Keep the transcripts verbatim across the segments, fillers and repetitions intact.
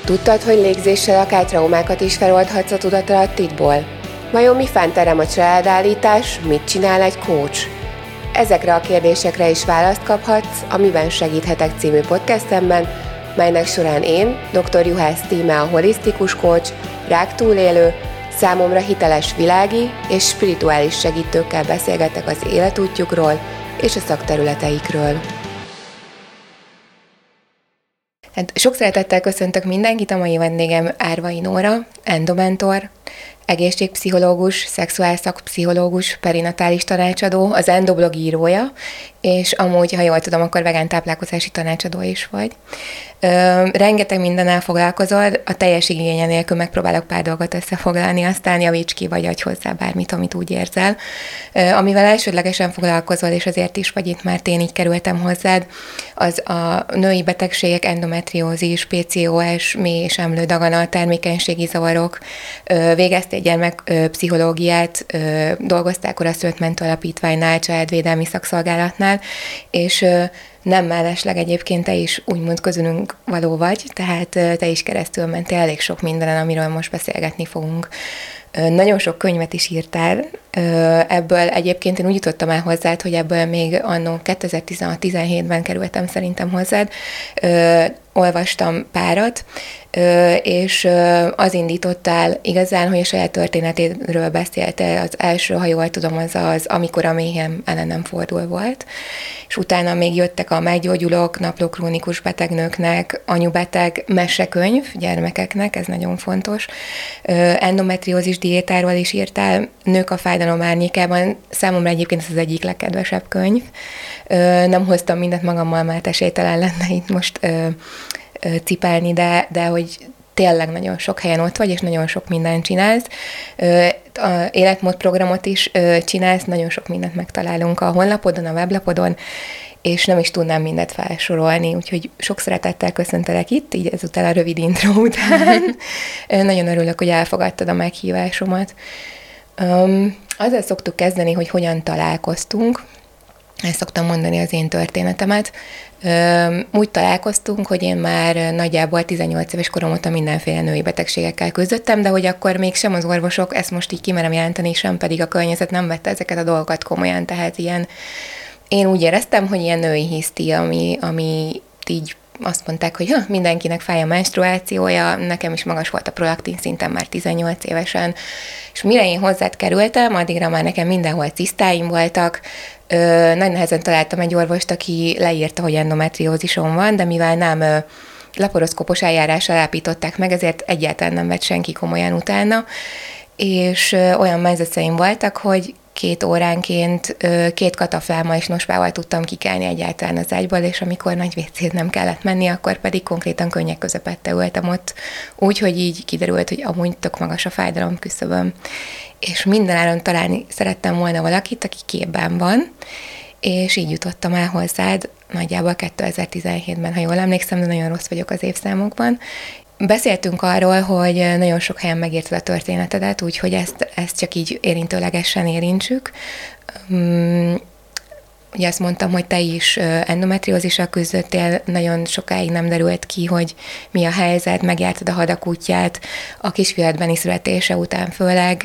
Tudtad, hogy légzéssel akár traumákat is feloldhatsz a tudatalattiból? Vajon mi fánterem a családállítás, mit csinál egy coach? Ezekre a kérdésekre is választ kaphatsz a Miben segíthetek című podcastemben, melynek során én, dr. Juhász Tíme, a holisztikus coach, ráktúlélő, számomra hiteles világi és spirituális segítőkkel beszélgetek az életútjukról és a szakterületeikről. Hát sok szeretettel köszöntök mindenkit, a mai vendégem Árvai Nóra, endomentor, egészségpszichológus, szexuálszakpszichológus, perinatális tanácsadó, az endoblog írója, és amúgy, ha jól tudom, akkor vegán táplálkozási tanácsadó is vagy. Ö, rengeteg mindennel foglalkozol, a teljes igénye nélkül megpróbálok pár dolgot összefoglalni, aztán javíts ki, vagy adj hozzá bármit, amit úgy érzel. Ö, amivel elsődlegesen foglalkozol, és azért is vagy itt, mert én így kerültem hozzád, az a női betegségek, endometriózis, pé cé o es, mély és emlő daganat, termékenységi zavarok, ö, végeztél gyermekpszichológiát, ö, dolgoztál Koraszülöttmentő Alapítványnál, családvédelmi szakszolgálatnál, és ö, nem mellesleg egyébként te is úgymond közülünk való vagy, tehát te is keresztül mentél elég sok mindenen, amiről most beszélgetni fogunk. Nagyon sok könyvet is írtál, ebből egyébként én úgy jutottam el hozzád, hogy ebből még annó kétezer-tizenhat-tizenhétben kerültem szerintem hozzád, olvastam párat, és az indítottál igazán, hogy a saját történetéről beszéltél. Az első, ha jól tudom, az az, amikor a méhem ellenem fordul volt, és utána még jöttek a meggyógyulók, napló krónikus betegnőknek, anyubeteg mesekönyv gyermekeknek, ez nagyon fontos. Endometriózis diétáról is írtál, Nők a fájdalom árnyékában, számomra egyébként ez az egyik legkedvesebb könyv. Nem hoztam mindent magammal, mert esélytelen lenne itt most cipelni, de, de hogy tényleg nagyon sok helyen ott vagy, és nagyon sok mindent csinálsz. A életmódprogramot is csinálsz, nagyon sok mindent megtalálunk a honlapodon, a weblapodon, és nem is tudnám mindet felsorolni, úgyhogy sok szeretettel köszöntelek itt, így ezután a rövid intro után. Nagyon örülök, hogy elfogadtad a meghívásomat. Um, azzal szoktuk kezdeni, hogy hogyan találkoztunk. Ezt szoktam mondani az én történetemet. Úgy találkoztunk, hogy én már nagyjából tizennyolc éves korom óta mindenféle női betegségekkel küzdöttem, de hogy akkor még sem az orvosok, ezt most így kimerem jelenteni, sem pedig a környezet nem vette ezeket a dolgokat komolyan, tehát ilyen, én úgy éreztem, hogy ilyen női hiszti, ami, ami így azt mondták, hogy ha, mindenkinek fáj a menstruációja, nekem is magas volt a prolaktin szintem már tizennyolc évesen, és mire én hozzád kerültem, addigra már nekem mindenhol cisztáim voltak, Ö, nagy nehezen találtam egy orvost, aki leírta, hogy endometriózisom van, de mivel nem ö, laparoszkópos eljárással állapították meg, ezért egyáltalán nem vett senki komolyan utána, és ö, olyan menzeseim voltak, hogy két óránként ö, két kataflámmal és nospával tudtam kikelni egyáltalán az ágyból, és amikor nagy vécét nem kellett menni, akkor pedig konkrétan könnyek közepette ültem ott, úgyhogy így kiderült, hogy amúgy tök magas a fájdalom küszöböm. És mindenáron találni szerettem volna valakit, aki képben van, és így jutottam el hozzád nagyjából kétezer-tizenhétben, ha jól emlékszem, de nagyon rossz vagyok az évszámokban. Beszéltünk arról, hogy nagyon sok helyen megírtad a történetedet, úgyhogy ezt, ezt csak így érintőlegesen érintsük. Um, Ugye azt mondtam, hogy te is endometriózissal küzdöttél, nagyon sokáig nem derült ki, hogy mi a helyzet, megjártad a hadakútját, a kisfiadbeni születése után főleg,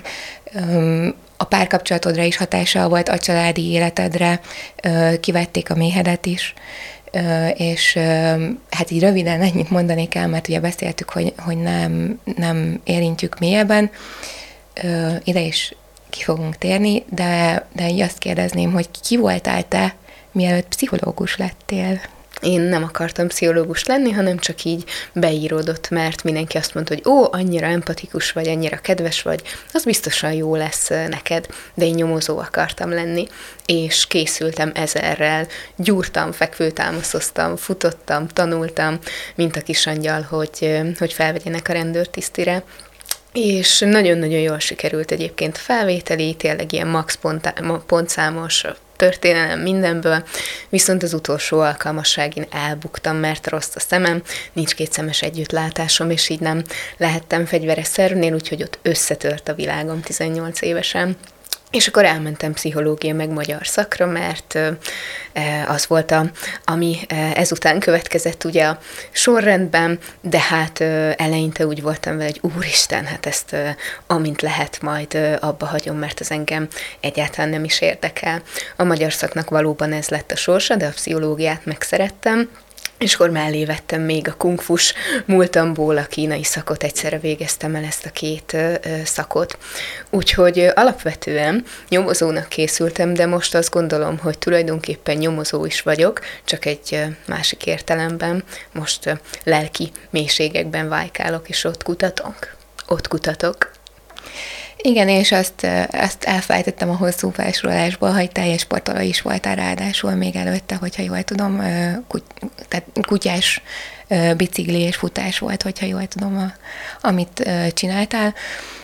a párkapcsolatodra is hatással volt, a családi életedre, kivették a méhedet is, és hát így röviden ennyit mondanék el, mert ugye beszéltük, hogy, hogy nem, nem érintjük mélyebben, ide is ki fogunk térni, de, de így azt kérdezném, hogy ki voltál te, mielőtt pszichológus lettél? Én nem akartam pszichológus lenni, hanem csak így beíródott, mert mindenki azt mondta, hogy ó, annyira empatikus vagy, annyira kedves vagy, az biztosan jó lesz neked, de én nyomozó akartam lenni, és készültem ezerrel, gyúrtam, fekvőtámaszoztam, futottam, tanultam, mint a kis angyal, hogy, hogy felvegyenek a rendőrtisztire. És nagyon-nagyon jól sikerült egyébként felvételi, tényleg ilyen max pontszámos történelem mindenből, viszont az utolsó alkalmasságin elbuktam, mert rossz a szemem, nincs kétszemes együttlátásom, és így nem lehettem fegyveres szervnél, úgyhogy ott összetört a világom tizennyolc évesen. És akkor elmentem pszichológia meg magyar szakra, mert az volt, a, ami ezután következett ugye a sorrendben, de hát eleinte úgy voltam vele, hogy úristen, hát ezt amint lehet majd abba hagyom, mert az engem egyáltalán nem is érdekel. A magyar szaknak valóban ez lett a sorsa, de a pszichológiát megszerettem, és akkor mellé vettem még a kungfus múltamból a kínai szakot, egyszerre végeztem el ezt a két ö, szakot. Úgyhogy ö, alapvetően nyomozónak készültem, de most azt gondolom, hogy tulajdonképpen nyomozó is vagyok, csak egy ö, másik értelemben. Most ö, lelki mélységekben vájkálok, és ott kutatok. Ott kutatok. Igen, és azt, azt elfelejtettem a hosszú felsorolásból, hogy teljes sportoló is voltál ráadásul még előtte, hogyha jól tudom, kuty, tehát kutyás bicikli és futás volt, hogyha jól tudom, a, amit csináltál.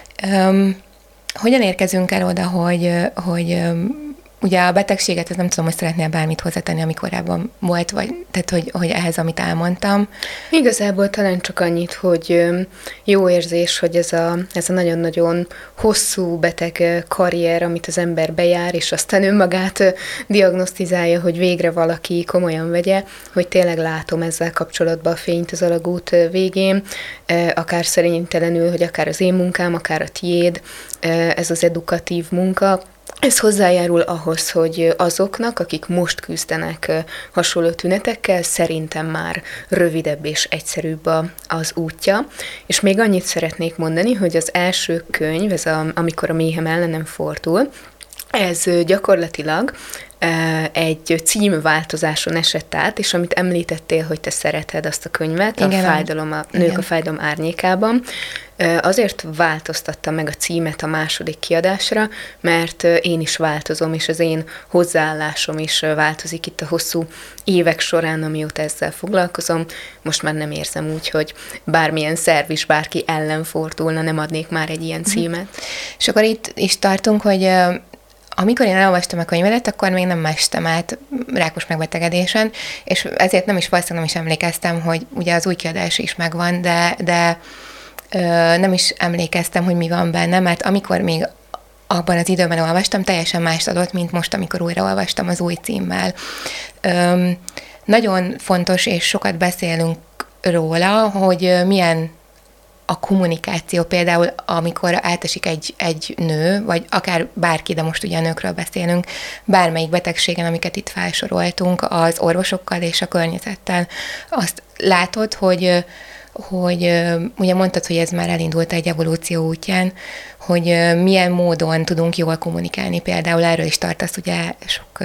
Hogyan érkezünk el oda, hogy, hogy ugye a betegséget, ez nem tudom, hogy szeretnél bármit hozzátenni, ami korábban volt, vagy tehát, hogy, hogy ehhez, amit elmondtam. Igazából talán csak annyit, hogy jó érzés, hogy ez a, ez a nagyon-nagyon hosszú beteg karrier, amit az ember bejár, és aztán önmagát diagnosztizálja, hogy végre valaki komolyan vegye, hogy tényleg látom ezzel kapcsolatban a fényt az alagút végén, akár szerénytelenül, hogy akár az én munkám, akár a tiéd, ez az edukatív munka. Ez hozzájárul ahhoz, hogy azoknak, akik most küzdenek hasonló tünetekkel, szerintem már rövidebb és egyszerűbb az útja. És még annyit szeretnék mondani, hogy az első könyv, ez a, amikor a méhem ellenem fordul, ez gyakorlatilag egy címváltozáson esett át, és amit említettél, hogy te szereted azt a könyvet, igen, a fájdalom, a Nők igen. a fájdalom árnyékában, azért változtattam meg a címet a második kiadásra, mert én is változom, és az én hozzáállásom is változik itt a hosszú évek során, amióta ezzel foglalkozom. Most már nem érzem úgy, hogy bármilyen szerv is bárki ellen fordulna, nem adnék már egy ilyen címet. És akkor itt is tartunk, hogy amikor én elolvastam a könyvedet, akkor még nem mestem át rákos megbetegedésen, és ezért nem is valószínűleg nem is emlékeztem, hogy ugye az új kiadás is megvan, de, de ö, nem is emlékeztem, hogy mi van benne, mert amikor még abban az időben olvastam, teljesen mást adott, mint most, amikor újra olvastam az új címmel. Ö, nagyon fontos, és sokat beszélünk róla, hogy milyen a kommunikáció például, amikor átesik egy, egy nő, vagy akár bárki, de most ugye a nőkről beszélünk, bármelyik betegségen, amiket itt felsoroltunk, az orvosokkal és a környezettel. Azt látod, hogy, hogy ugye mondtad, hogy ez már elindult egy evolúció útján, hogy milyen módon tudunk jól kommunikálni. Például erről is tartasz ugye sok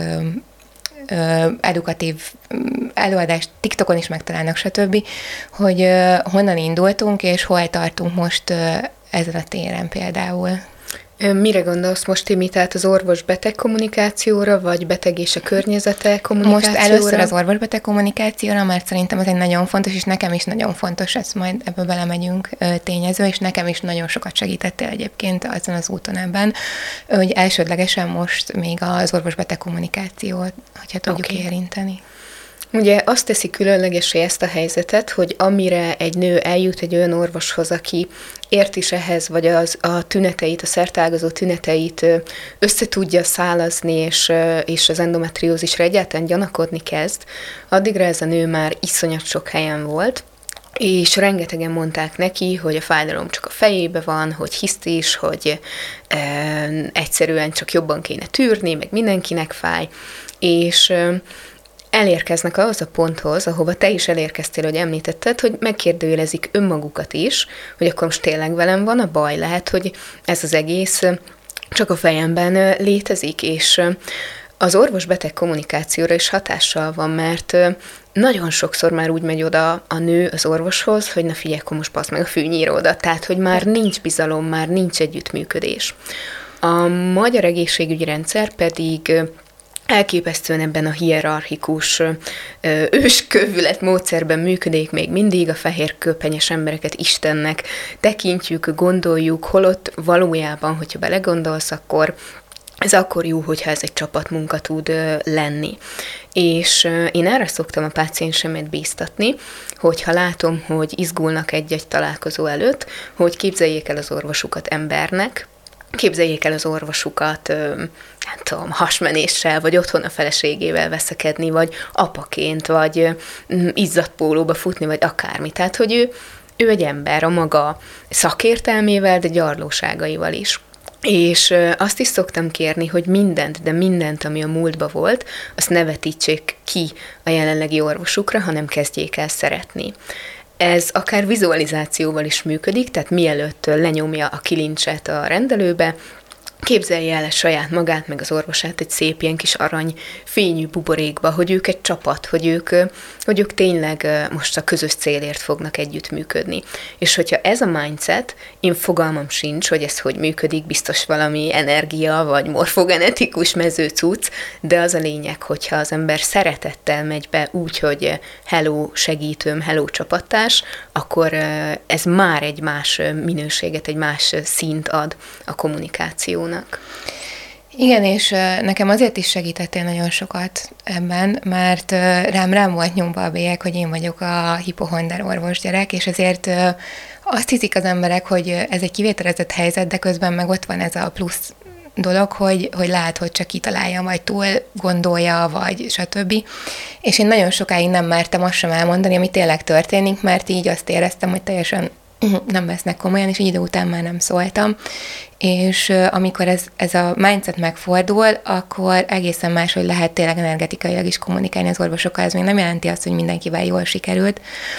edukatív előadást TikTokon is megtalálnak, stb., hogy honnan indultunk, és hol tartunk most ezen a téren például. Mire gondolsz most, Timi? Tehát az orvos-beteg kommunikációra, vagy beteg és a környezete kommunikációra? Most először az orvos-beteg kommunikációra, mert szerintem ez egy nagyon fontos, és nekem is nagyon fontos, ezt majd ebbe belemegyünk tényező, és nekem is nagyon sokat segítettél egyébként azon az úton ebben, hogy elsődlegesen most még az orvos-beteg kommunikációt, hogyha tudjuk okay. érinteni. Ugye azt teszi különlegessé ezt a helyzetet, hogy amire egy nő eljut egy olyan orvoshoz, aki ért is ehhez, vagy az, a tüneteit, a szertágazó tüneteit össze tudja szálazni, és, és az endometriózisra egyáltalán gyanakodni kezd, addigra ez a nő már iszonyat sok helyen volt, és rengetegen mondták neki, hogy a fájdalom csak a fejébe van, hogy hisztis, hogy e, egyszerűen csak jobban kéne tűrni, meg mindenkinek fáj, és e, elérkeznek ahhoz a ponthoz, ahova te is elérkeztél, hogy említetted, hogy megkérdőjelezik önmagukat is, hogy akkor most tényleg velem van a baj, lehet, hogy ez az egész csak a fejemben létezik, és az orvos-beteg kommunikációra is hatással van, mert nagyon sokszor már úgy megy oda a nő az orvoshoz, hogy na figyelj, akkor most passz meg a fűnyíródat, tehát hogy már nincs bizalom, már nincs együttműködés. A magyar egészségügyi rendszer pedig elképesztően ebben a hierarchikus őskövület módszerben működik még mindig, a fehér köpenyes embereket Istennek tekintjük, gondoljuk, holott valójában, hogyha belegondolsz, akkor ez akkor jó, hogyha ez egy csapatmunka tud lenni. És én erre szoktam a páciensemet bíztatni, hogyha látom, hogy izgulnak egy-egy találkozó előtt, hogy képzeljék el az orvosukat embernek, képzeljék el az orvosukat, nem tudom, hasmenéssel, vagy otthon a feleségével veszekedni, vagy apaként, vagy izzadt pólóba futni, vagy akármi. Tehát, hogy ő, ő egy ember a maga szakértelmével, de gyarlóságaival is. És azt is szoktam kérni, hogy mindent, de mindent, ami a múltban volt, azt ne vetítsék ki a jelenlegi orvosukra, hanem kezdjék el szeretni. Ez akár vizualizációval is működik, tehát mielőtt lenyomja a kilincset a rendelőbe, képzelje el saját magát, meg az orvosát egy szép ilyen kis arany fényű buborékba, hogy ők egy csapat, hogy ők, hogy ők tényleg most a közös célért fognak együttműködni. És hogyha ez a mindset, én fogalmam sincs, hogy ez hogy működik, biztos valami energia, vagy morfogenetikus mezőcucc, de az a lényeg, hogyha az ember szeretettel megy be úgy, hogy hello segítőm, hello csapattárs, akkor ez már egy más minőséget, egy más színt ad a kommunikációnak. Igen, és nekem azért is segítettél nagyon sokat ebben, mert rám rám volt nyomva a bélyeg, hogy én vagyok a hipohonder orvos gyerek, és ezért azt hiszik az emberek, hogy ez egy kivételezett helyzet, de közben meg ott van ez a plusz dolog, hogy, hogy lehet, hogy csak kitalálja, vagy túl gondolja, vagy stb. És én nagyon sokáig nem mertem azt sem elmondani, ami tényleg történik, mert így azt éreztem, hogy teljesen nem vesznek komolyan, és egy idő után már nem szóltam. És amikor ez, ez a mindset megfordul, akkor egészen máshogy lehet tényleg energetikailag is kommunikálni az orvosokkal. Ez még nem jelenti azt, hogy mindenkivel jól sikerült,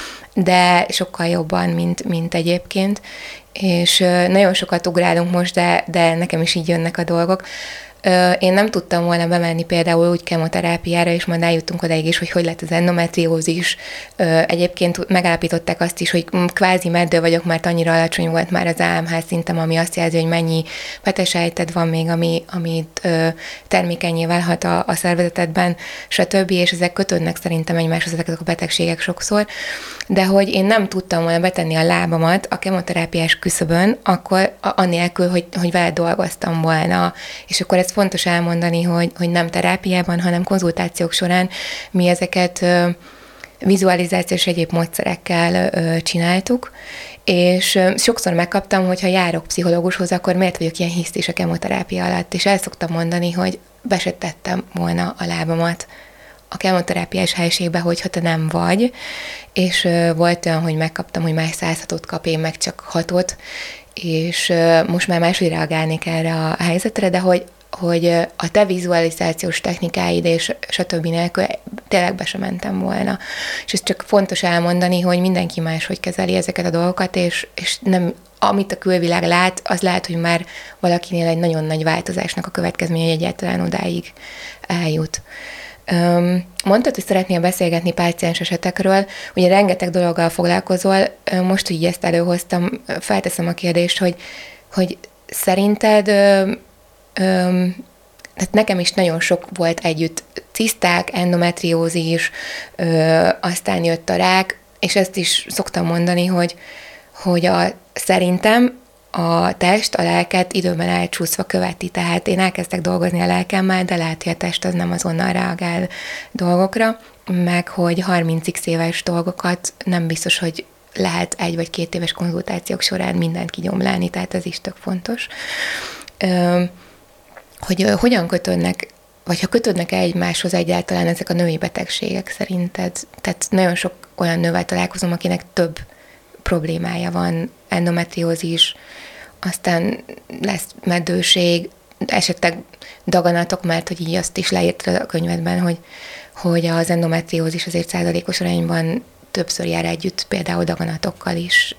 de sokkal jobban, mint, mint egyébként. És nagyon sokat ugrálunk most, de, de nekem is így jönnek a dolgok. Én nem tudtam volna bemenni például úgy kemoterápiára, és majd eljuttunk odaig is, hogy hogy lett az endometriózis. Egyébként megállapították azt is, hogy kvázi meddő vagyok, mert annyira alacsony volt már az á em há szintem, ami azt jelzi, hogy mennyi petesejted van még, ami, amit termékenyé válhat a, a szervezetedben, stb. És ezek kötődnek szerintem egymáshoz, ezek a betegségek sokszor. De hogy én nem tudtam volna betenni a lábamat a kemoterápiás küszöbön, akkor annélkül, hogy, hogy veled dolgoztam volna. És akkor ez fontos elmondani, hogy, hogy nem terápiában, hanem konzultációk során mi ezeket ö, vizualizációs egyéb módszerekkel ö, csináltuk, és ö, sokszor megkaptam, hogy ha járok pszichológushoz, akkor miért vagyok ilyen hisztis a kemoterápia alatt, és el szoktam mondani, hogy be se tettem volna a lábamat a kemoterápiás helységbe, hogyha te nem vagy, és ö, volt olyan, hogy megkaptam, hogy más száz hatot kap, én meg csak hatot, és ö, most már máshogy reagálnék erre a helyzetre, de hogy hogy a te vizualizációs technikáid és stb. Nélkül tényleg be sem mentem volna. És ez csak fontos elmondani, hogy mindenki máshogy kezeli ezeket a dolgokat, és, és nem, amit a külvilág lát, az lehet, hogy már valakinél egy nagyon nagy változásnak a következménye, hogy egyáltalán odáig eljut. Mondtad, hogy szeretnél beszélgetni páciens esetekről, ugye rengeteg dologgal foglalkozol, most így ezt előhoztam, felteszem a kérdést, hogy, hogy szerinted Öm, tehát nekem is nagyon sok volt együtt ciszták, endometriózis, ö, aztán jött a rák, és ezt is szoktam mondani, hogy, hogy a, szerintem a test a lelket időben elcsúszva követi, tehát én elkezdtek dolgozni a lelkemmel, de lehet, hogy a test az nem azonnal reagál dolgokra, meg hogy harminc éves dolgokat nem biztos, hogy lehet egy vagy két éves konzultációk során mindent kigyomlálni, tehát ez is tök fontos. Öm, hogy hogyan kötődnek, vagy ha kötődnek-e egymáshoz egyáltalán ezek a női betegségek szerinted? Tehát nagyon sok olyan nővel találkozom, akinek több problémája van, endometriózis, aztán lesz meddőség, esetleg daganatok, mert hogy így azt is leírtad a könyvedben, hogy, hogy az endometriózis azért százalékos arányban többször jár együtt, például daganatokkal is.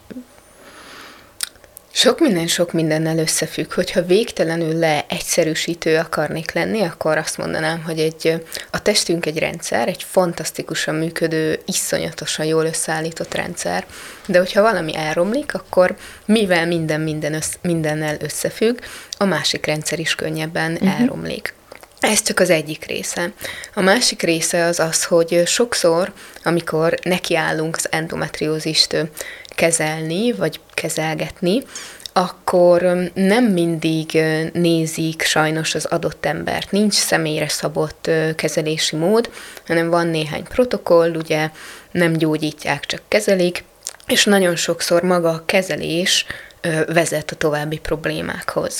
Sok minden, sok mindennel összefügg. Hogyha végtelenül leegyszerűsítő akarnék lenni, akkor azt mondanám, hogy egy, a testünk egy rendszer, egy fantasztikusan működő, iszonyatosan jól összeállított rendszer, de hogyha valami elromlik, akkor mivel minden, minden össz, mindennel összefügg, a másik rendszer is könnyebben uh-huh. elromlik. Ez csak az egyik része. A másik része az az, hogy sokszor, amikor nekiállunk az endometriózist kezelni, vagy kezelgetni, akkor nem mindig nézik sajnos az adott embert. Nincs személyre szabott kezelési mód, hanem van néhány protokoll, ugye nem gyógyítják, csak kezelik, és nagyon sokszor maga a kezelés vezet a további problémákhoz.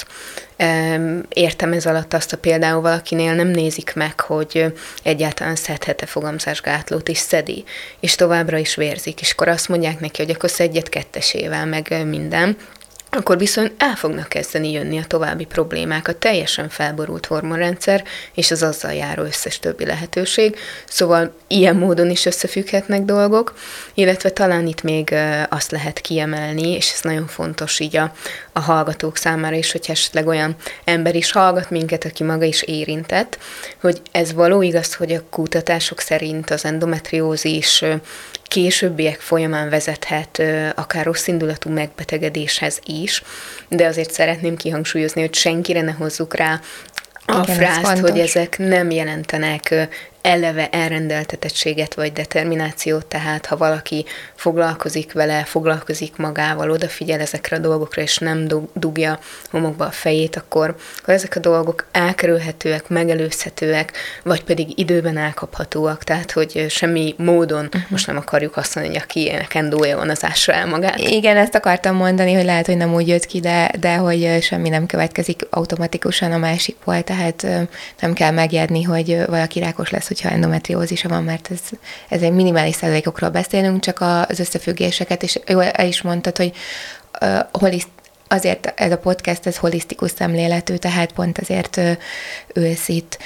Értem ez alatt azt, a például valakinél nem nézik meg, hogy egyáltalán szedhet-e fogamzásgátlót, és szedi, és továbbra is vérzik, és akkor azt mondják neki, hogy akkor szedjed kettesével, meg minden, akkor viszont el fognak kezdeni jönni a további problémák, a teljesen felborult hormonrendszer, és az azzal járó összes többi lehetőség. Szóval ilyen módon is összefügghetnek dolgok, illetve talán itt még azt lehet kiemelni, és ez nagyon fontos így a, a hallgatók számára is, hogyha esetleg olyan ember is hallgat minket, aki maga is érintett, hogy ez való igaz, hogy a kutatások szerint az endometriózis későbbiek folyamán vezethet akár rosszindulatú megbetegedéshez is, de azért szeretném kihangsúlyozni, hogy senkire ne hozzuk rá a Igen, frázt, hogy ezek nem jelentenek eleve elrendeltetettséget vagy determinációt, tehát ha valaki foglalkozik vele, foglalkozik magával, odafigyel ezekre a dolgokra, és nem dugja homokba a fejét, akkor, akkor ezek a dolgok elkerülhetőek, megelőzhetőek, vagy pedig időben elkaphatóak, tehát hogy semmi módon uh-huh. most nem akarjuk azt mondani, hogy aki ilyenek endója van, az ássa el magát. Igen, ezt akartam mondani, hogy lehet, hogy nem úgy jött ki, de, de hogy semmi nem következik automatikusan a másikból, tehát nem kell megjárni, hogy valaki rákos lesz, hogyha endometriózisa van, mert ez, ez egy minimális százalékokról beszélünk, csak az összefüggéseket, és jól el is mondtad, hogy uh, holiszt, azért ez a podcast, ez holisztikus szemléletű, tehát pont azért uh, ülsz itt.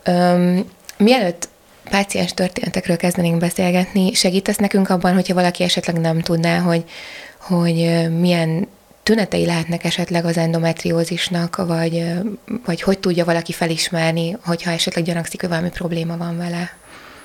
Um, mielőtt páciens történetekről kezdenénk beszélgetni, segítesz nekünk abban, hogyha valaki esetleg nem tudná, hogy, hogy uh, milyen tünetei lehetnek esetleg az endometriózisnak, vagy, vagy hogy tudja valaki felismerni, hogyha esetleg gyanakszik, hogy valami probléma van vele?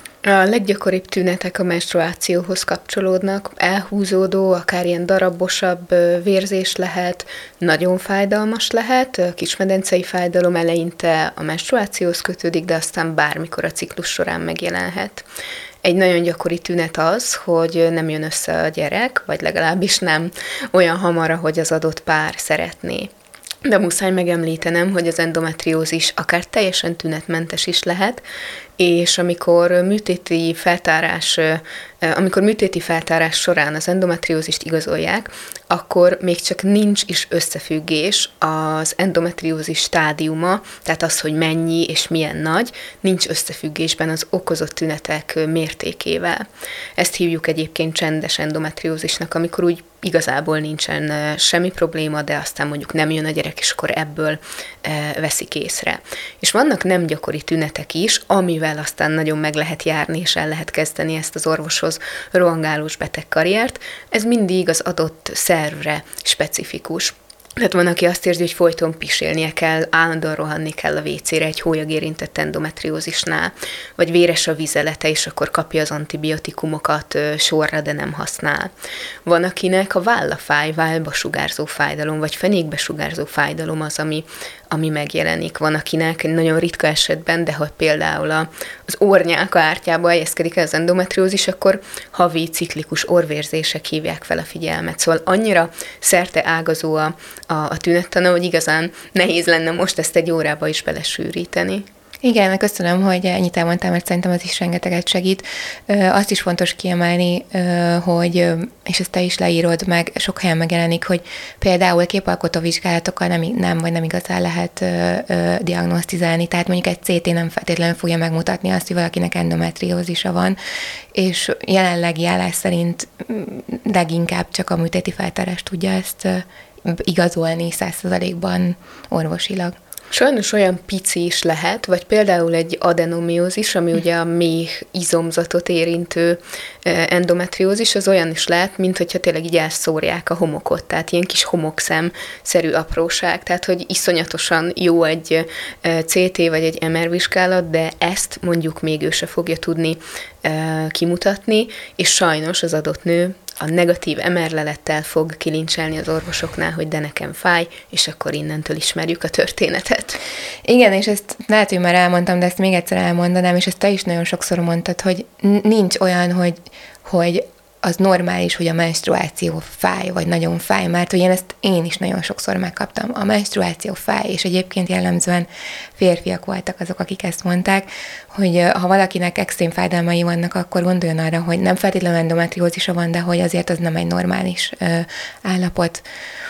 A leggyakoribb tünetek a menstruációhoz kapcsolódnak, elhúzódó, akár ilyen darabosabb vérzés lehet, nagyon fájdalmas lehet, kismedencei fájdalom eleinte a menstruációhoz kötődik, de aztán bármikor a ciklus során megjelenhet. Egy nagyon gyakori tünet az, hogy nem jön össze a gyerek, vagy legalábbis nem olyan hamar, ahogy az adott pár szeretné. De muszáj megemlítenem, hogy az endometriózis akár teljesen tünetmentes is lehet, és amikor műtéti feltárás, amikor műtéti feltárás során az endometriózist igazolják, akkor még csak nincs is összefüggés az endometriózis stádiuma, tehát az, hogy mennyi és milyen nagy, nincs összefüggésben az okozott tünetek mértékével. Ezt hívjuk egyébként csendes endometriózisnak, amikor úgy igazából nincsen semmi probléma, de aztán mondjuk nem jön a gyerek, és akkor ebből veszik észre. És vannak nem gyakori tünetek is, amivel aztán nagyon meg lehet járni, és el lehet kezdeni ezt az orvoshoz rohangálós betegkarriert. Ez mindig az adott szervre specifikus. Tehát van, aki azt érzi, hogy folyton pisélnie kell, állandóan rohanni kell a vécére egy hólyagérintett endometriózisnál, vagy véres a vizelete, és akkor kapja az antibiotikumokat sorra, de nem használ. Van, akinek a válla fáj, vállba sugárzó fájdalom, vagy fenékbe sugárzó fájdalom az, ami, ami megjelenik. Van, akinek nagyon ritka esetben, de ha például az orrnyálka ártyába helyezkedik el az endometriózis, akkor havi ciklikus orvérzések hívják fel a figyelmet. Szóval annyira szerte ágazó a a, a tünettana, hogy igazán nehéz lenne most ezt egy órába is belesűríteni. Igen, köszönöm, hogy ennyit elmondtál, mert szerintem az is rengeteget segít. Azt is fontos kiemelni, hogy, és ezt te is leírod meg, sok helyen megjelenik, hogy például képalkotó vizsgálatokkal nem, nem vagy nem igazán lehet diagnosztizálni, tehát mondjuk egy cé té nem feltétlenül fogja megmutatni azt, hogy valakinek endometriózisa van, és jelenlegi állás szerint leginkább csak a műtéti feltárás tudja ezt igazolni száz százalékban orvosilag. Sajnos olyan pici is lehet, vagy például egy adenomiózis, ami ugye a méh izomzatot érintő endometriózis, az olyan is lehet, mint hogyha tényleg így elszórják a homokot, tehát ilyen kis homokszem-szerű apróság, tehát hogy iszonyatosan jó egy cé té vagy egy em er vizsgálat, de ezt mondjuk még ő se fogja tudni kimutatni, és sajnos az adott nő a negatív em er lelettel fog kilincselni az orvosoknál, hogy de nekem fáj, és akkor innentől ismerjük a történetet. Igen, és ezt lehet, hogy már elmondtam, de ezt még egyszer elmondanám, és ezt te is nagyon sokszor mondtad, hogy nincs olyan, hogy, hogy az normális, hogy a menstruáció fáj, vagy nagyon fáj, mert hogy én ezt én is nagyon sokszor megkaptam. A menstruáció fáj, és egyébként jellemzően férfiak voltak azok, akik ezt mondták, hogy ha valakinek extrém fájdalmai vannak, akkor gondoljon arra, hogy nem feltétlenül endometriózisa van, de hogy azért az nem egy normális állapot.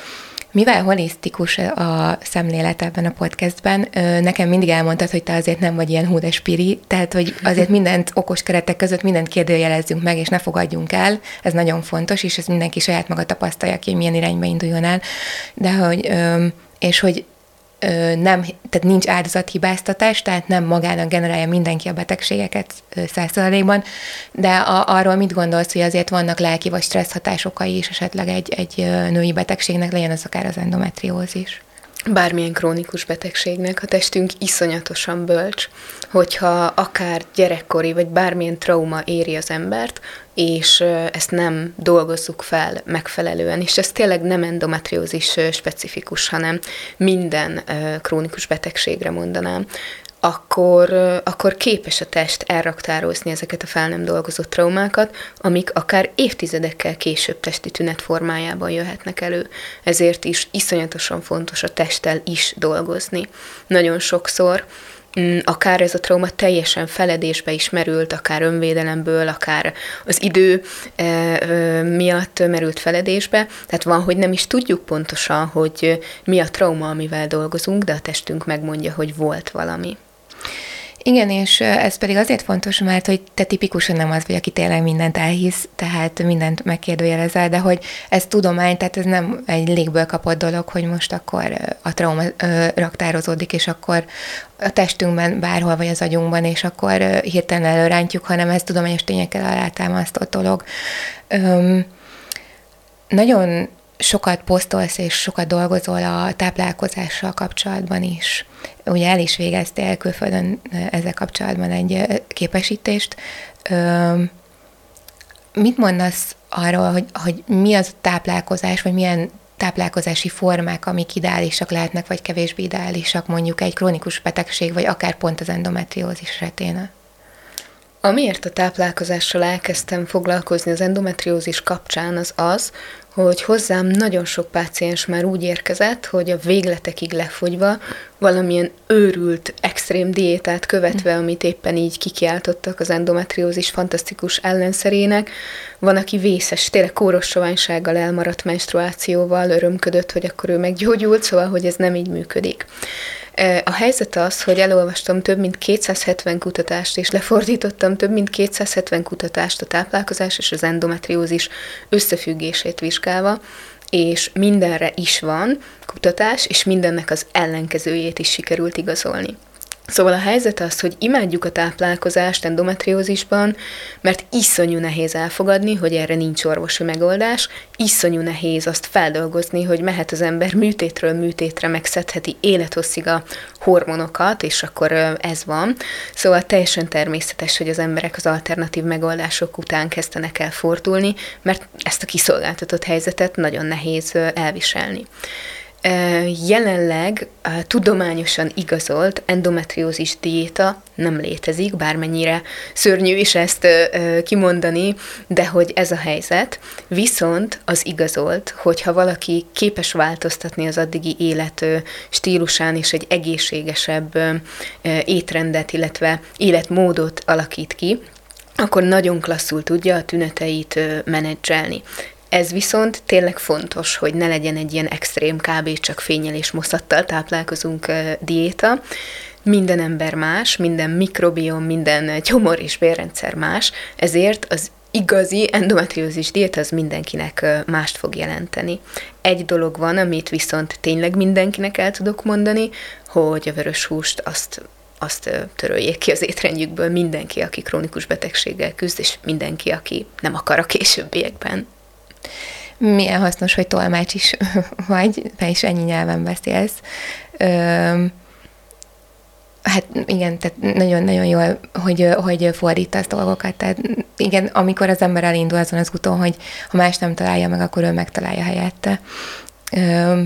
Mivel holisztikus a szemlélet ebben a podcastben, nekem mindig elmondtad, hogy te azért nem vagy ilyen hú de spiri, tehát hogy azért mindent okos keretek között mindent kérdőjelezzünk meg, és ne fogadjunk el, ez nagyon fontos, és ez mindenki saját maga tapasztalja ki, hogy milyen irányba induljon el, de hogy, és hogy nem, tehát nincs áldozathibáztatás, tehát nem magának generálja mindenki a betegségeket száz százalékban, de a, arról mit gondolsz, hogy azért vannak lelki vagy stressz hatásokai is esetleg egy, egy női betegségnek, legyen az akár az endometriózis? Bármilyen krónikus betegségnek a testünk iszonyatosan bölcs, hogyha akár gyerekkori, vagy bármilyen trauma éri az embert, és ezt nem dolgozzuk fel megfelelően, és ez tényleg nem endometriózis specifikus, hanem minden krónikus betegségre mondanám, akkor, akkor képes a test elraktározni ezeket a fel nem dolgozott traumákat, amik akár évtizedekkel később testi tünet formájában jöhetnek elő. Ezért is iszonyatosan fontos a testtel is dolgozni. Nagyon sokszor akár ez a trauma teljesen feledésbe is merült, akár önvédelemből, akár az idő e, e, miatt merült feledésbe. Tehát van, hogy nem is tudjuk pontosan, hogy mi a trauma, amivel dolgozunk, de a testünk megmondja, hogy volt valami. Igen, és ez pedig azért fontos, mert hogy te tipikusan nem az vagy, aki tényleg mindent elhisz, tehát mindent megkérdőjelezel, de hogy ez tudomány, tehát ez nem egy légből kapott dolog, hogy most akkor a trauma raktározódik, és akkor a testünkben bárhol vagy az agyunkban, és akkor hirtelen előrántjuk, hanem ez tudományos tényekkel alátámasztott dolog. Öm, nagyon sokat posztolsz és sokat dolgozol a táplálkozással kapcsolatban is. Ugye el is végeztél külföldön ezzel kapcsolatban egy képesítést. Mit mondasz arról, hogy, hogy mi az a táplálkozás, vagy milyen táplálkozási formák, amik ideálisak lehetnek, vagy kevésbé ideálisak, mondjuk egy krónikus betegség, vagy akár pont az endometriózis esetén? Amiért a táplálkozással elkezdtem foglalkozni az endometriózis kapcsán, az az, hogy hozzám nagyon sok páciens már úgy érkezett, hogy a végletekig lefogyva, valamilyen őrült, extrém diétát követve, amit éppen így kikiáltottak az endometriózis fantasztikus ellenszerének, van, aki vészes, tényleg kóros soványsággal elmaradt menstruációval örömködött, hogy akkor ő meggyógyult, szóval, hogy ez nem így működik. A helyzet az, hogy elolvastam több mint kétszázhetven kutatást, és lefordítottam több mint kétszázhetven kutatást a táplálkozás és az endometriózis összefüggését vizsgálva, és mindenre is van kutatás, és mindennek az ellenkezőjét is sikerült igazolni. Szóval a helyzet az, hogy imádjuk a táplálkozást endometriózisban, mert iszonyú nehéz elfogadni, hogy erre nincs orvosi megoldás, iszonyú nehéz azt feldolgozni, hogy mehet az ember műtétről műtétre, megszedheti élethosszig a hormonokat, és akkor ez van. Szóval teljesen természetes, hogy az emberek az alternatív megoldások után kezdenek el fordulni, mert ezt a kiszolgáltatott helyzetet nagyon nehéz elviselni. Jelenleg tudományosan igazolt endometriózis diéta nem létezik, bármennyire szörnyű is ezt kimondani, de hogy ez a helyzet. Viszont az igazolt, hogyha valaki képes változtatni az addigi élet stílusán és egy egészségesebb étrendet, illetve életmódot alakít ki, akkor nagyon klasszul tudja a tüneteit menedzselni. Ez viszont tényleg fontos, hogy ne legyen egy ilyen extrém kb. Csak fénnyel és moszattal táplálkozunk diéta. Minden ember más, minden mikrobiom, minden gyomor és bélrendszer más, ezért az igazi endometriózis diéta az mindenkinek mást fog jelenteni. Egy dolog van, amit viszont tényleg mindenkinek el tudok mondani, hogy a vörös húst azt azt töröljék ki az étrendjükből mindenki, aki krónikus betegséggel küzd, és mindenki, aki nem akar a későbbiekben. Milyen hasznos, hogy tolmács is vagy, te is ennyi nyelven beszélsz. Ö, hát igen, tehát nagyon-nagyon jól, hogy, hogy fordítasz dolgokat. Tehát igen, amikor az ember elindul azon az úton, hogy ha más nem találja meg, akkor ő megtalálja helyette. Ö,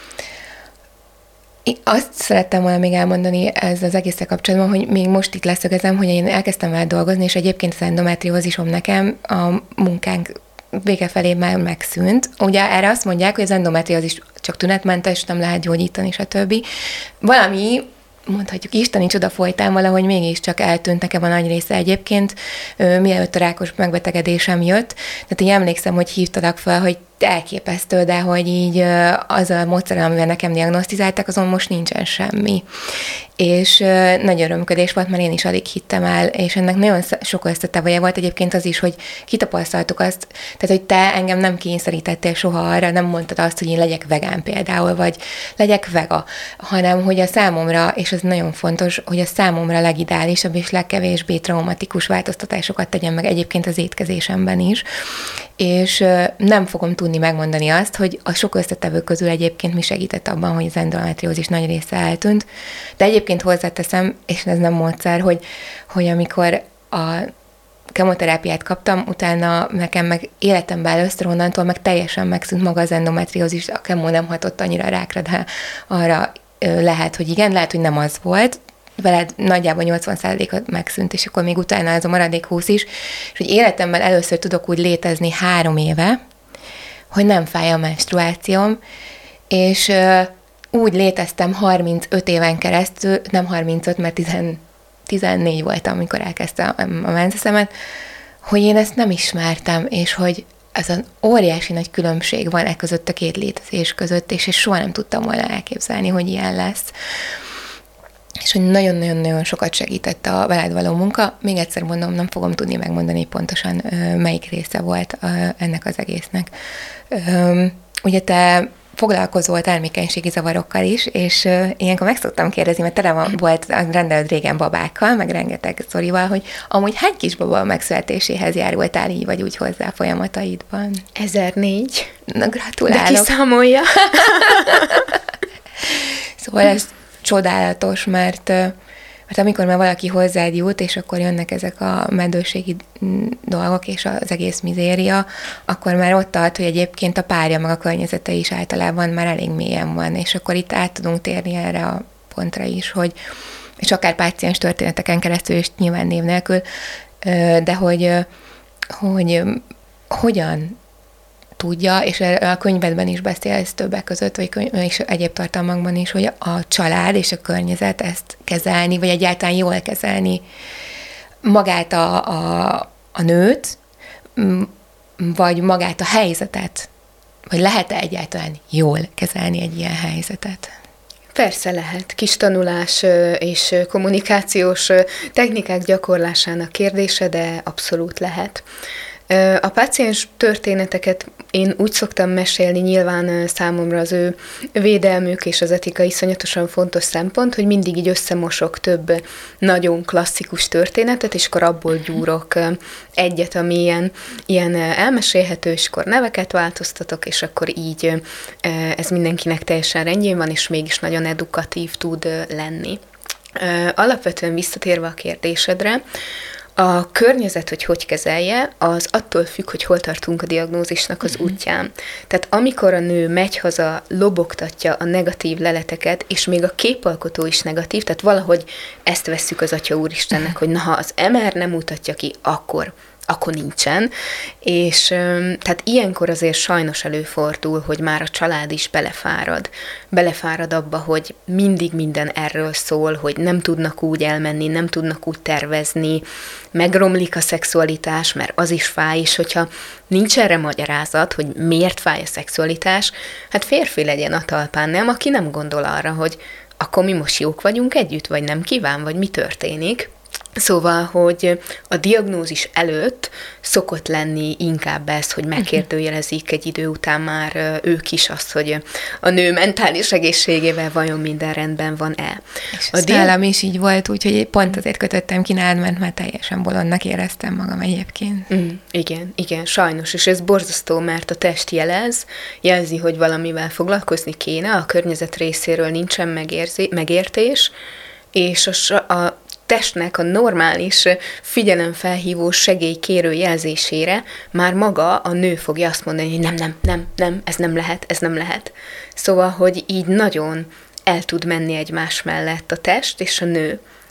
Azt szerettem volna még elmondani ez az egészre kapcsolatban, hogy még most itt leszögezem, hogy én elkezdtem vele dolgozni, és egyébként az endometriózisom nekem a munkánk vége felé már megszűnt. Ugye erre azt mondják, hogy az endometriózis csak tünetmentes, nem lehet gyógyítani, stb. Valami, mondhatjuk, isteni csoda folytán valahogy mégiscsak eltűnt nekem a nagy része egyébként, mielőtt a rákos megbetegedésem jött. Tehát én emlékszem, hogy hívtalak fel, hogy elképesztő, de hogy így az a módszer, amivel nekem diagnosztizáltak, azon most nincsen semmi. És nagy örömködés volt, mert én is alig hittem el, és ennek nagyon sok összetevője volt egyébként az is, hogy kitapasztaltuk azt, tehát, hogy te engem nem kényszerítettél soha arra, nem mondtad azt, hogy én legyek vegán például, vagy legyek vega, hanem, hogy a számomra, és ez nagyon fontos, hogy a számomra legideálisabb és legkevésbé traumatikus változtatásokat tegyem meg egyébként az étkezésemben is, és nem fogom tudni megmondani azt, hogy a sok összetevő közül egyébként mi segített abban, hogy az endometriózis nagy része eltűnt, de egyébként hozzáteszem, és ez nem módszer, hogy, hogy amikor a kemoterápiát kaptam, utána nekem meg életemben először onnantól meg teljesen megszűnt maga az endometriózis, a kemó nem hatott annyira a rákra, de arra lehet, hogy igen, lehet, hogy nem az volt, veled nagyjából nyolcvan százalékot megszűnt, és akkor még utána ez a maradék húsz is, és hogy életemben először tudok úgy létezni három éve, hogy nem fáj a menstruációm, és úgy léteztem harmincöt éven keresztül, nem harmincöt, mert tizennégy voltam, amikor elkezdtem a menzeszemet, hogy én ezt nem ismertem, és hogy ez az óriási nagy különbség van e között a két létezés között, és, és soha nem tudtam volna elképzelni, hogy ilyen lesz. És hogy nagyon-nagyon-nagyon sokat segített a veled való munka. Még egyszer mondom, nem fogom tudni megmondani pontosan, melyik része volt ennek az egésznek. Ugye te foglalkozol termékenységi zavarokkal is, és uh, ilyenkor meg szoktam kérdezni, mert tele van, volt rendelőd régen babákkal, meg rengeteg szorival, hogy amúgy hány kisbaba megszületéséhez járultál így vagy úgy hozzá folyamataidban? ezernégy. Na, gratulálok. De kiszámolja. Szóval ez csodálatos, mert, mert amikor már valaki hozzád jut, és akkor jönnek ezek a meddőségi dolgok, és az egész mizéria, akkor már ott tart, hogy egyébként a párja, meg a környezete is általában már elég mélyen van, és akkor itt át tudunk térni erre a pontra is, hogy, és akár páciens történeteken keresztül, és nyilván név nélkül, de hogy, hogy hogyan tudja, és a könyvedben is beszélsz többek között, vagy könyv, és egyéb tartalmakban is, hogy a család és a környezet ezt kezelni, vagy egyáltalán jól kezelni magát a, a, a nőt, vagy magát a helyzetet, vagy lehet-e egyáltalán jól kezelni egy ilyen helyzetet? Persze lehet. Kis tanulás és kommunikációs technikák gyakorlásának kérdése, de abszolút lehet. A páciens történeteket én úgy szoktam mesélni, nyilván számomra az ő védelmük és az etika iszonyatosan fontos szempont, hogy mindig így összemosok több nagyon klasszikus történetet, és akkor abból gyúrok egyet, ami ilyen, ilyen elmesélhető, és akkor neveket változtatok, és akkor így ez mindenkinek teljesen rendjén van, és mégis nagyon edukatív tud lenni. Alapvetően visszatérve a kérdésedre, a környezet, hogy hogy kezelje, az attól függ, hogy hol tartunk a diagnózisnak az uh-huh. útján. Tehát amikor a nő megy haza, lobogtatja a negatív leleteket, és még a képalkotó is negatív, tehát valahogy ezt vesszük az Atya Úristennek, hogy na, ha az em er nem mutatja ki, akkor akkor nincsen, és tehát ilyenkor azért sajnos előfordul, hogy már a család is belefárad. Belefárad abba, hogy mindig minden erről szól, hogy nem tudnak úgy elmenni, nem tudnak úgy tervezni, megromlik a szexualitás, mert az is fáj, és hogyha nincs erre magyarázat, hogy miért fáj a szexualitás, hát férfi legyen a talpán, nem? Aki nem gondol arra, hogy akkor mi most jók vagyunk együtt, vagy nem kíván, vagy mi történik. Szóval, hogy a diagnózis előtt szokott lenni inkább ez, hogy megkérdőjelezik egy idő után már ők is azt, hogy a nő mentális egészségével vajon minden rendben van-e. És a diag... nálam is így volt, úgyhogy pont azért kötöttem ki nálad, mert már teljesen bolondnak éreztem magam egyébként. Mm, igen, igen, sajnos, és ez borzasztó, mert a test jelez, jelzi, hogy valamivel foglalkozni kéne, a környezet részéről nincsen megérzi, megértés, és a, a testnek a normális figyelemfelhívó segélykérő jelzésére már maga a nő fogja azt mondani, hogy nem, nem, nem, nem, ez nem lehet, ez nem lehet. Szóval, hogy így nagyon el tud menni egymás mellett a test és a nő.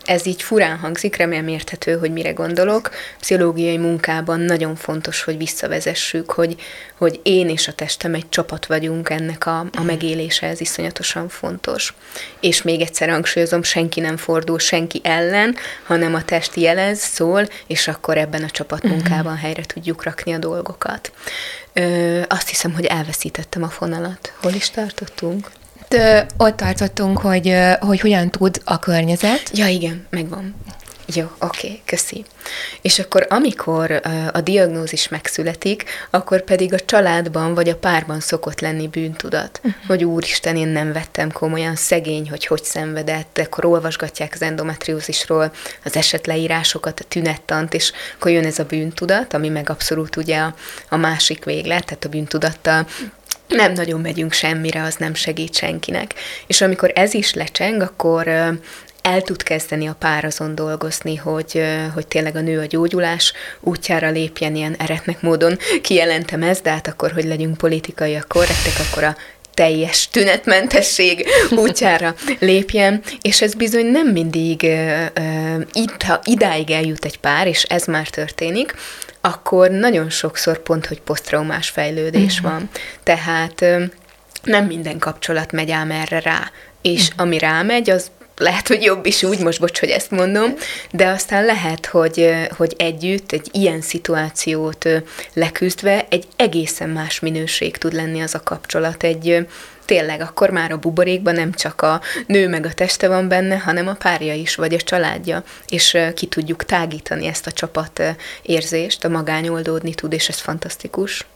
ez így furán hangzik, remélem érthető, hogy mire gondolok. Pszichológiai munkában nagyon fontos, hogy visszavezessük, hogy, hogy én és a testem egy csapat vagyunk, ennek a, a megélése, ez iszonyatosan fontos. És még egyszer hangsúlyozom, senki nem fordul senki ellen, hanem a test jelez, szól, és akkor ebben a csapatmunkában helyre tudjuk rakni a dolgokat. Ö, azt hiszem, hogy elveszítettem a fonalat. Hol is tartottunk? De ott tartottunk, hogy, hogy hogyan tud a környezet. Ja, igen, megvan. Jó, oké, okay, köszi. És akkor amikor a diagnózis megszületik, akkor pedig a családban vagy a párban szokott lenni bűntudat, uh-huh. hogy úristen, én nem vettem komolyan, szegény, hogy hogy szenvedett, akkor olvasgatják az endometriózisról az esetleírásokat, a tünettant, és akkor jön ez a bűntudat, ami meg abszolút ugye a, a másik véglet, tehát a bűntudattal nem nagyon megyünk semmire, az nem segít senkinek. És amikor ez is lecseng, akkor el tud kezdeni a pár azon dolgozni, hogy, hogy tényleg a nő a gyógyulás útjára lépjen, ilyen eretnek módon kijelentem ezt, de hát akkor, hogy legyünk politikaiak korrektek, akkor a teljes tünetmentesség útjára lépjen, és ez bizony nem mindig uh, uh, itt, ha idáig eljut egy pár, és ez már történik, akkor nagyon sokszor pont, hogy posztraumás fejlődés uh-huh. van. Tehát uh, nem minden kapcsolat megy ám erre rá, és uh-huh. ami rámegy, az lehet, hogy jobb is úgy, most bocs, hogy ezt mondom, de aztán lehet, hogy, hogy együtt egy ilyen szituációt leküzdve egy egészen más minőség tud lenni az a kapcsolat. Egy tényleg akkor már a buborékban nem csak a nő meg a teste van benne, hanem a párja is, vagy a családja, és ki tudjuk tágítani ezt a csapat érzést, a magány oldódni tud, és ez fantasztikus.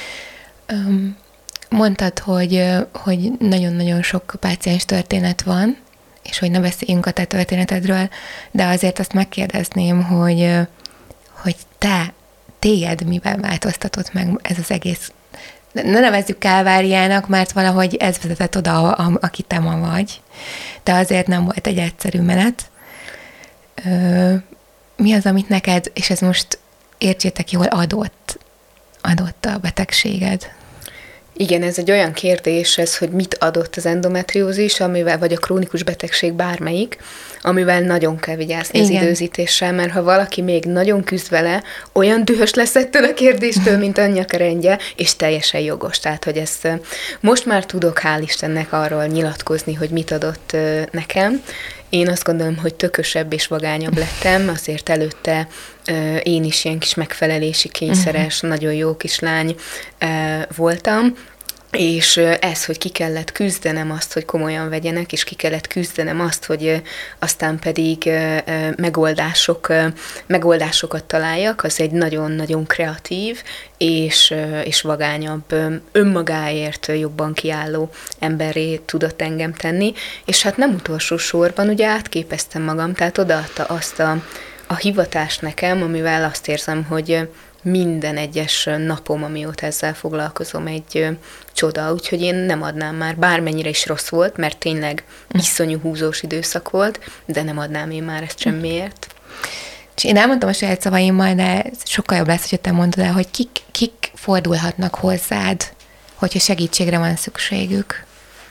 Mondtad, hogy, hogy nagyon-nagyon sok páciens történet van, és hogy ne beszéljünk a te történetedről, de azért azt megkérdezném, hogy, hogy te, téged miben változtatott meg ez az egész, ne nevezzük kálváriának, mert valahogy ez vezetett oda, aki te ma vagy, de azért nem volt egy egyszerű menet. Mi az, amit neked, és ez most értsétek jól, adott, adott a betegséged? Igen, ez egy olyan kérdés, ez, hogy mit adott az endometriózis, amivel, vagy a krónikus betegség bármelyik, amivel nagyon kell vigyázni Igen. az időzítéssel, mert ha valaki még nagyon küzd vele, olyan dühös lesz ettől a kérdéstől, mint anyja rendje, és teljesen jogos. Tehát, hogy ezt most már tudok, hál' Istennek arról nyilatkozni, hogy mit adott nekem. Én azt gondolom, hogy tökösebb és vagányabb lettem, azért előtte ö, én is ilyen kis megfelelési kényszeres, uh-huh. nagyon jó kislány ö, voltam, és ez, hogy ki kellett küzdenem azt, hogy komolyan vegyenek, és ki kellett küzdenem azt, hogy aztán pedig megoldások, megoldásokat találjak, az egy nagyon-nagyon kreatív és, és vagányabb, önmagáért jobban kiálló emberré tudott engem tenni, és hát nem utolsó sorban ugye átképeztem magam, tehát odaadta azt a, a hivatást nekem, amivel azt érzem, hogy minden egyes napom, amióta ezzel foglalkozom, egy ö, csoda, úgyhogy én nem adnám már, bármennyire is rossz volt, mert tényleg iszonyú húzós időszak volt, de nem adnám én már ezt semmiért. És én elmondtam a saját szavaimmal, de sokkal jobb lesz, hogy te mondod el, hogy kik, kik fordulhatnak hozzád, hogyha segítségre van szükségük.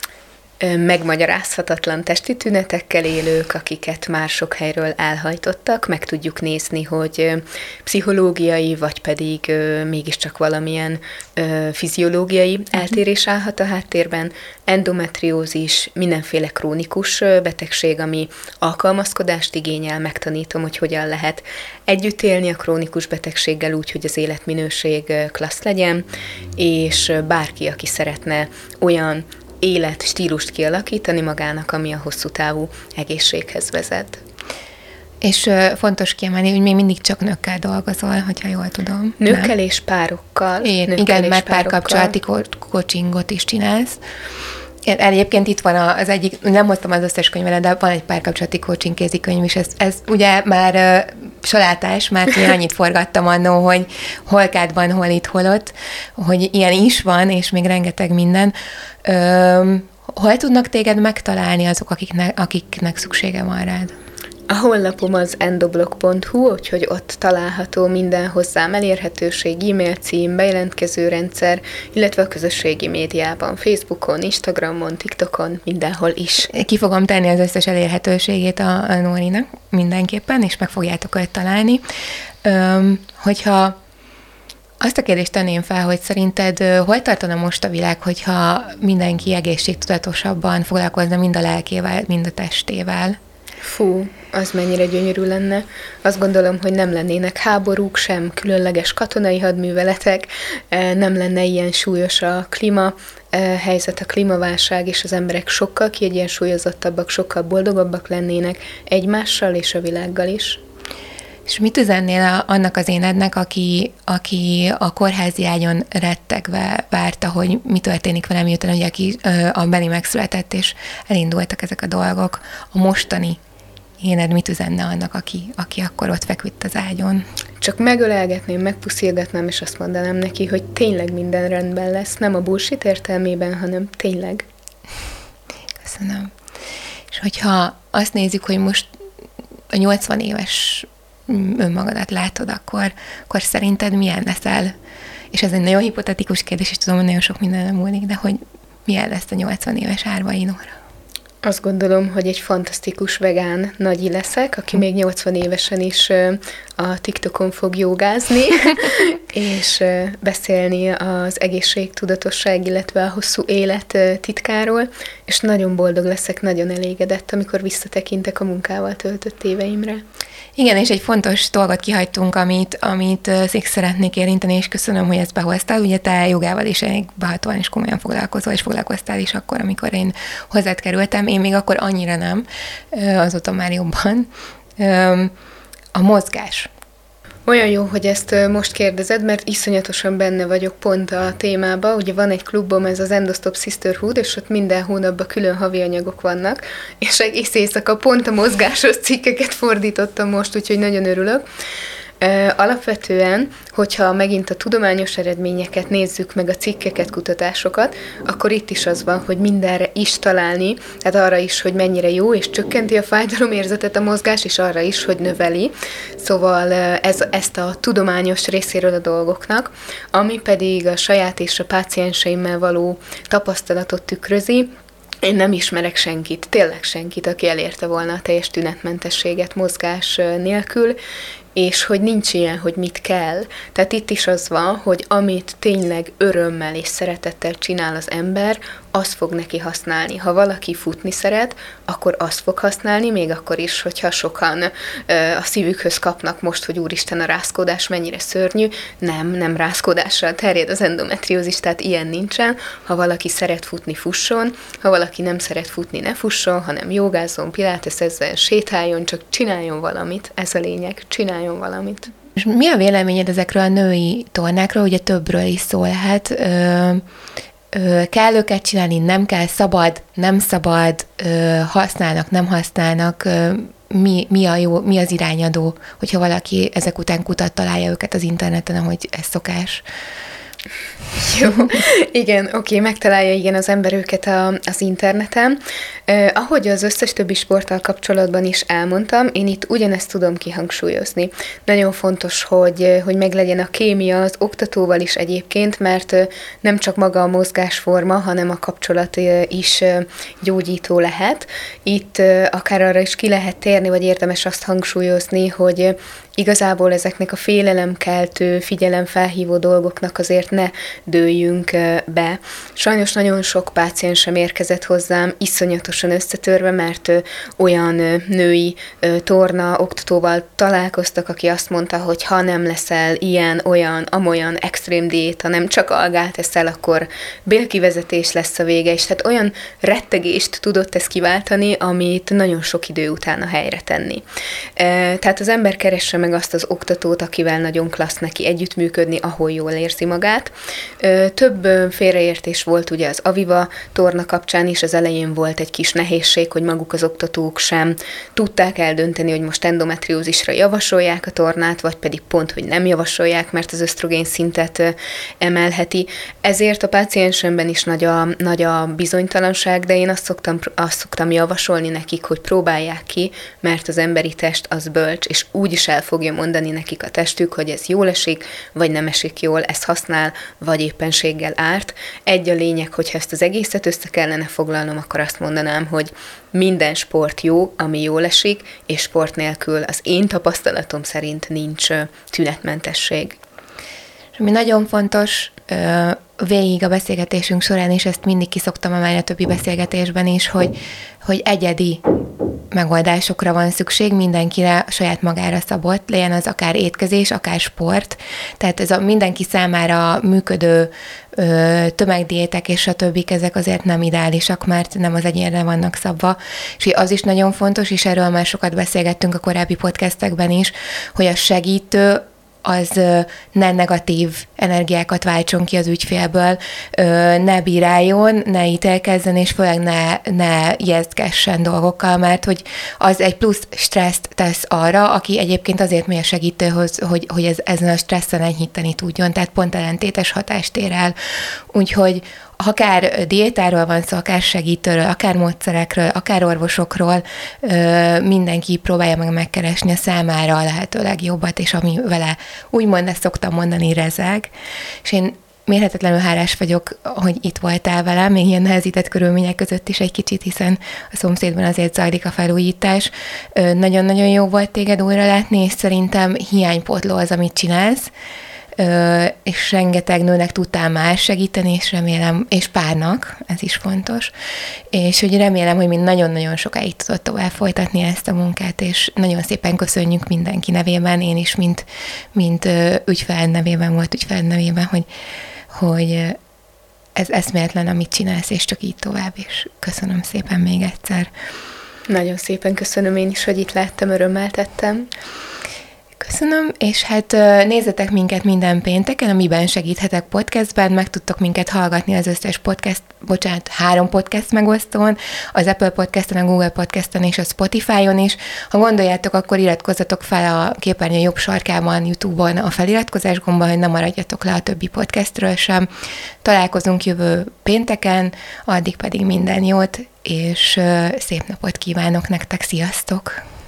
Megmagyarázhatatlan testi tünetekkel élők, akiket már sok helyről elhajtottak, meg tudjuk nézni, hogy pszichológiai, vagy pedig mégiscsak valamilyen fiziológiai eltérés állhat a háttérben, endometriózis, mindenféle krónikus betegség, ami alkalmazkodást igényel, megtanítom, hogy hogyan lehet együtt élni a krónikus betegséggel úgy, hogy az életminőség klassz legyen, és bárki, aki szeretne olyan életstílust kialakítani magának, ami a hosszú távú egészséghez vezet. És uh, fontos kiemelni, hogy még mindig csak nőkkel dolgozol, hogyha jól tudom. Nőkkel nem? És párokkal. Én, nőkkel igen, és mert párkapcsolati coachingot is csinálsz. Én, egyébként itt van az egyik, nem hoztam az összes könyvelet, de van egy párkapcsolati coaching kézikönyv is. Ez, ez ugye már uh, salátás, mert én annyit forgattam annó, hogy hol kádban, hol itt, hol ott, hogy ilyen is van, és még rengeteg minden. Ö, hol tudnak téged megtalálni azok, akiknek, akiknek szüksége van rád? A honlapom az endoblog pont hu, úgyhogy ott található minden hozzám elérhetőség, e-mail cím, bejelentkező rendszer, illetve a közösségi médiában, Facebookon, Instagramon, TikTokon, mindenhol is. Ki fogom tenni az összes elérhetőségét a, a Nórinak mindenképpen, és meg fogjátok őt találni. Öm, hogyha azt a kérdést tenném fel, hogy szerinted hol tartana most a világ, hogyha mindenki egészségtudatosabban foglalkozna mind a lelkével, mind a testével? Fú, az mennyire gyönyörű lenne. Azt gondolom, hogy nem lennének háborúk sem, különleges katonai hadműveletek, nem lenne ilyen súlyos a klíma helyzet, a klímaválság, és az emberek sokkal kiegyensúlyozottabbak, sokkal boldogabbak lennének egymással és a világgal is. És mit üzennél annak az énednek, aki, aki a kórházi ágyon rettegve várta, hogy mi történik vele, miután ugye aki, a Benni megszületett, és elindultak ezek a dolgok. A mostani éned mit üzenne annak, aki, aki akkor ott feküdt az ágyon? Csak megölelgetném, megpuszilgatnám, és azt mondanám neki, hogy tényleg minden rendben lesz. Nem a bullshit értelmében, hanem tényleg. Köszönöm. És hogyha azt nézzük, hogy most a nyolcvan éves önmagadat látod, akkor, akkor szerinted milyen leszel? És ez egy nagyon hipotetikus kérdés, és tudom, hogy nagyon sok mindenre múlik, de hogy milyen lesz a nyolcvan éves Árvai Nóra? Azt gondolom, hogy egy fantasztikus vegán nagyi leszek, aki még nyolcvan évesen is a TikTokon fog jogázni, és beszélni az egészségtudatosság, illetve a hosszú élet titkáról, és nagyon boldog leszek, nagyon elégedett, amikor visszatekintek a munkával töltött éveimre. Igen, és egy fontos dolgot kihagytunk, amit, amit szék szeretnék érinteni, és köszönöm, hogy ezt behoztál. Ugye te jogával is elég behatóan és komolyan foglalkozol, és foglalkoztál is akkor, amikor én hozzád kerültem. Én még akkor annyira nem, azóta már jobban. A mozgás. Olyan jó, hogy ezt most kérdezed, mert iszonyatosan benne vagyok pont a témába. Ugye van egy klubom, ez az Endostop Sisterhood, és ott minden hónapban külön havi anyagok vannak, és egész éjszaka pont a mozgásos cikkeket fordítottam most, úgyhogy nagyon örülök. Alapvetően, hogyha megint a tudományos eredményeket nézzük, meg a cikkeket, kutatásokat, akkor itt is az van, hogy mindenre is találni, tehát arra is, hogy mennyire jó, és csökkenti a fájdalomérzetet a mozgás, és arra is, hogy növeli. Szóval ez, ezt a tudományos részéről a dolgoknak, ami pedig a saját és a pácienseimmel való tapasztalatot tükrözi. Én nem ismerek senkit, tényleg senkit, aki elérte volna a teljes tünetmentességet mozgás nélkül, és hogy nincs ilyen, hogy mit kell. Tehát itt is az van, hogy amit tényleg örömmel és szeretettel csinál az ember, az fog neki használni. Ha valaki futni szeret, akkor azt fog használni, még akkor is, hogyha sokan ö, a szívükhöz kapnak most, hogy úristen, a rázkódás mennyire szörnyű. Nem, nem rázkódással terjed az endometriózis, tehát ilyen nincsen. Ha valaki szeret futni, fusson. Ha valaki nem szeret futni, ne fusson, hanem jogázzon, pilatesezzen, sétáljon, csak csináljon valamit. Ez a lényeg, csináljon valamit. És mi a véleményed ezekről a női tornákról? Ugye többről is szó lehet. Ö, ö, kell őket csinálni, nem kell, szabad, nem szabad, ö, használnak, nem használnak. Ö, mi, mi, a jó, mi az irányadó, hogyha valaki ezek után kutat, találja őket az interneten, ahogy ez szokás? Jó, igen, oké, megtalálja igen az ember őket a, az interneten. Eh, ahogy az összes többi sporttal kapcsolatban is elmondtam, én itt ugyanezt tudom kihangsúlyozni. Nagyon fontos, hogy, hogy meglegyen a kémia az oktatóval is egyébként, mert nem csak maga a mozgásforma, hanem a kapcsolat is gyógyító lehet. Itt akár arra is ki lehet térni, vagy érdemes azt hangsúlyozni, hogy igazából ezeknek a félelemkeltő, figyelemfelhívó dolgoknak azért ne dőljünk be. Sajnos nagyon sok páciensem érkezett hozzám iszonyatosan összetörve, mert olyan női torna oktatóval találkoztak, aki azt mondta, hogy ha nem leszel ilyen, olyan, amolyan extrém diéta, nem csak algát eszel, akkor bélkivezetés lesz a vége, és tehát olyan rettegést tudott ez kiváltani, amit nagyon sok idő után a helyre tenni. Tehát az ember keresse meg azt az oktatót, akivel nagyon klassz neki együttműködni, ahol jól érzi magát. Több félreértés volt ugye az Aviva torna kapcsán is, az elején volt egy kis nehézség, hogy maguk az oktatók sem tudták eldönteni, hogy most endometriózisra javasolják a tornát, vagy pedig pont, hogy nem javasolják, mert az ösztrogén szintet emelheti. Ezért a páciensemben is nagy a, nagy a bizonytalanság, de én azt szoktam, azt szoktam javasolni nekik, hogy próbálják ki, mert az emberi test az bölcs, és úgy is el fogja mondani nekik a testük, hogy ez jól esik, vagy nem esik jól, ez használ, vagy éppenséggel árt. Egy a lényeg, hogyha ezt az egészet össze kellene foglalnom, akkor azt mondanám, hogy minden sport jó, ami jól esik, és sport nélkül az én tapasztalatom szerint nincs tünetmentesség. És ami nagyon fontos, végig a beszélgetésünk során is, ezt mindig ki szoktam emelni a többi beszélgetésben is, hogy, hogy egyedi megoldásokra van szükség, mindenkire a saját magára szabott, legyen az akár étkezés, akár sport. Tehát ez a mindenki számára működő ö, tömegdiétek és a többik, ezek azért nem ideálisak, mert nem az egyénre vannak szabva. És az is nagyon fontos, és erről már sokat beszélgettünk a korábbi podcastekben is, hogy a segítő az ne negatív energiákat váltson ki az ügyfélből, ne bíráljon, ne ítélkezzen, és főleg ne, ne ijesztgessen dolgokkal, mert hogy az egy plusz stresszt tesz arra, aki egyébként azért megy a segítőhöz, hogy, hogy ez, ezen a stresszen enyhíteni tudjon, tehát pont ellentétes hatást ér el. Úgyhogy akár diétáról van szó, akár segítőről, akár módszerekről, akár orvosokról, mindenki próbálja meg megkeresni a számára a lehető legjobbat, és ami vele úgymond, ezt szoktam mondani, rezeg. És én mérhetetlenül hálás vagyok, hogy itt voltál velem, még ilyen nehezített körülmények között is egy kicsit, hiszen a szomszédban azért zajlik a felújítás. Nagyon-nagyon jó volt téged újra látni, és szerintem hiánypótló az, amit csinálsz, és rengeteg nőnek tudtál már segíteni, és remélem, és párnak, ez is fontos, és hogy remélem, hogy még nagyon-nagyon sokáig tudod tovább folytatni ezt a munkát, és nagyon szépen köszönjük mindenki nevében, én is, mint, mint ügyfel nevében, volt ügyfel nevében, hogy, hogy ez eszméletlen, amit csinálsz, és csak így tovább, és köszönöm szépen még egyszer. Nagyon szépen köszönöm én is, hogy itt láttam, örömmel tettem. Köszönöm, és hát nézzetek minket minden pénteken, a Miben Segíthetek podcastben, meg tudtok minket hallgatni az összes podcast, bocsánat, három podcast megosztón, az Apple Podcasten, a Google Podcasten és a Spotify-on is. Ha gondoljátok, akkor iratkozzatok fel a képernyő jobb sarkában, YouTube-on a feliratkozás gomba, hogy ne maradjatok le a többi podcastről sem. Találkozunk jövő pénteken, addig pedig minden jót, és szép napot kívánok nektek, sziasztok!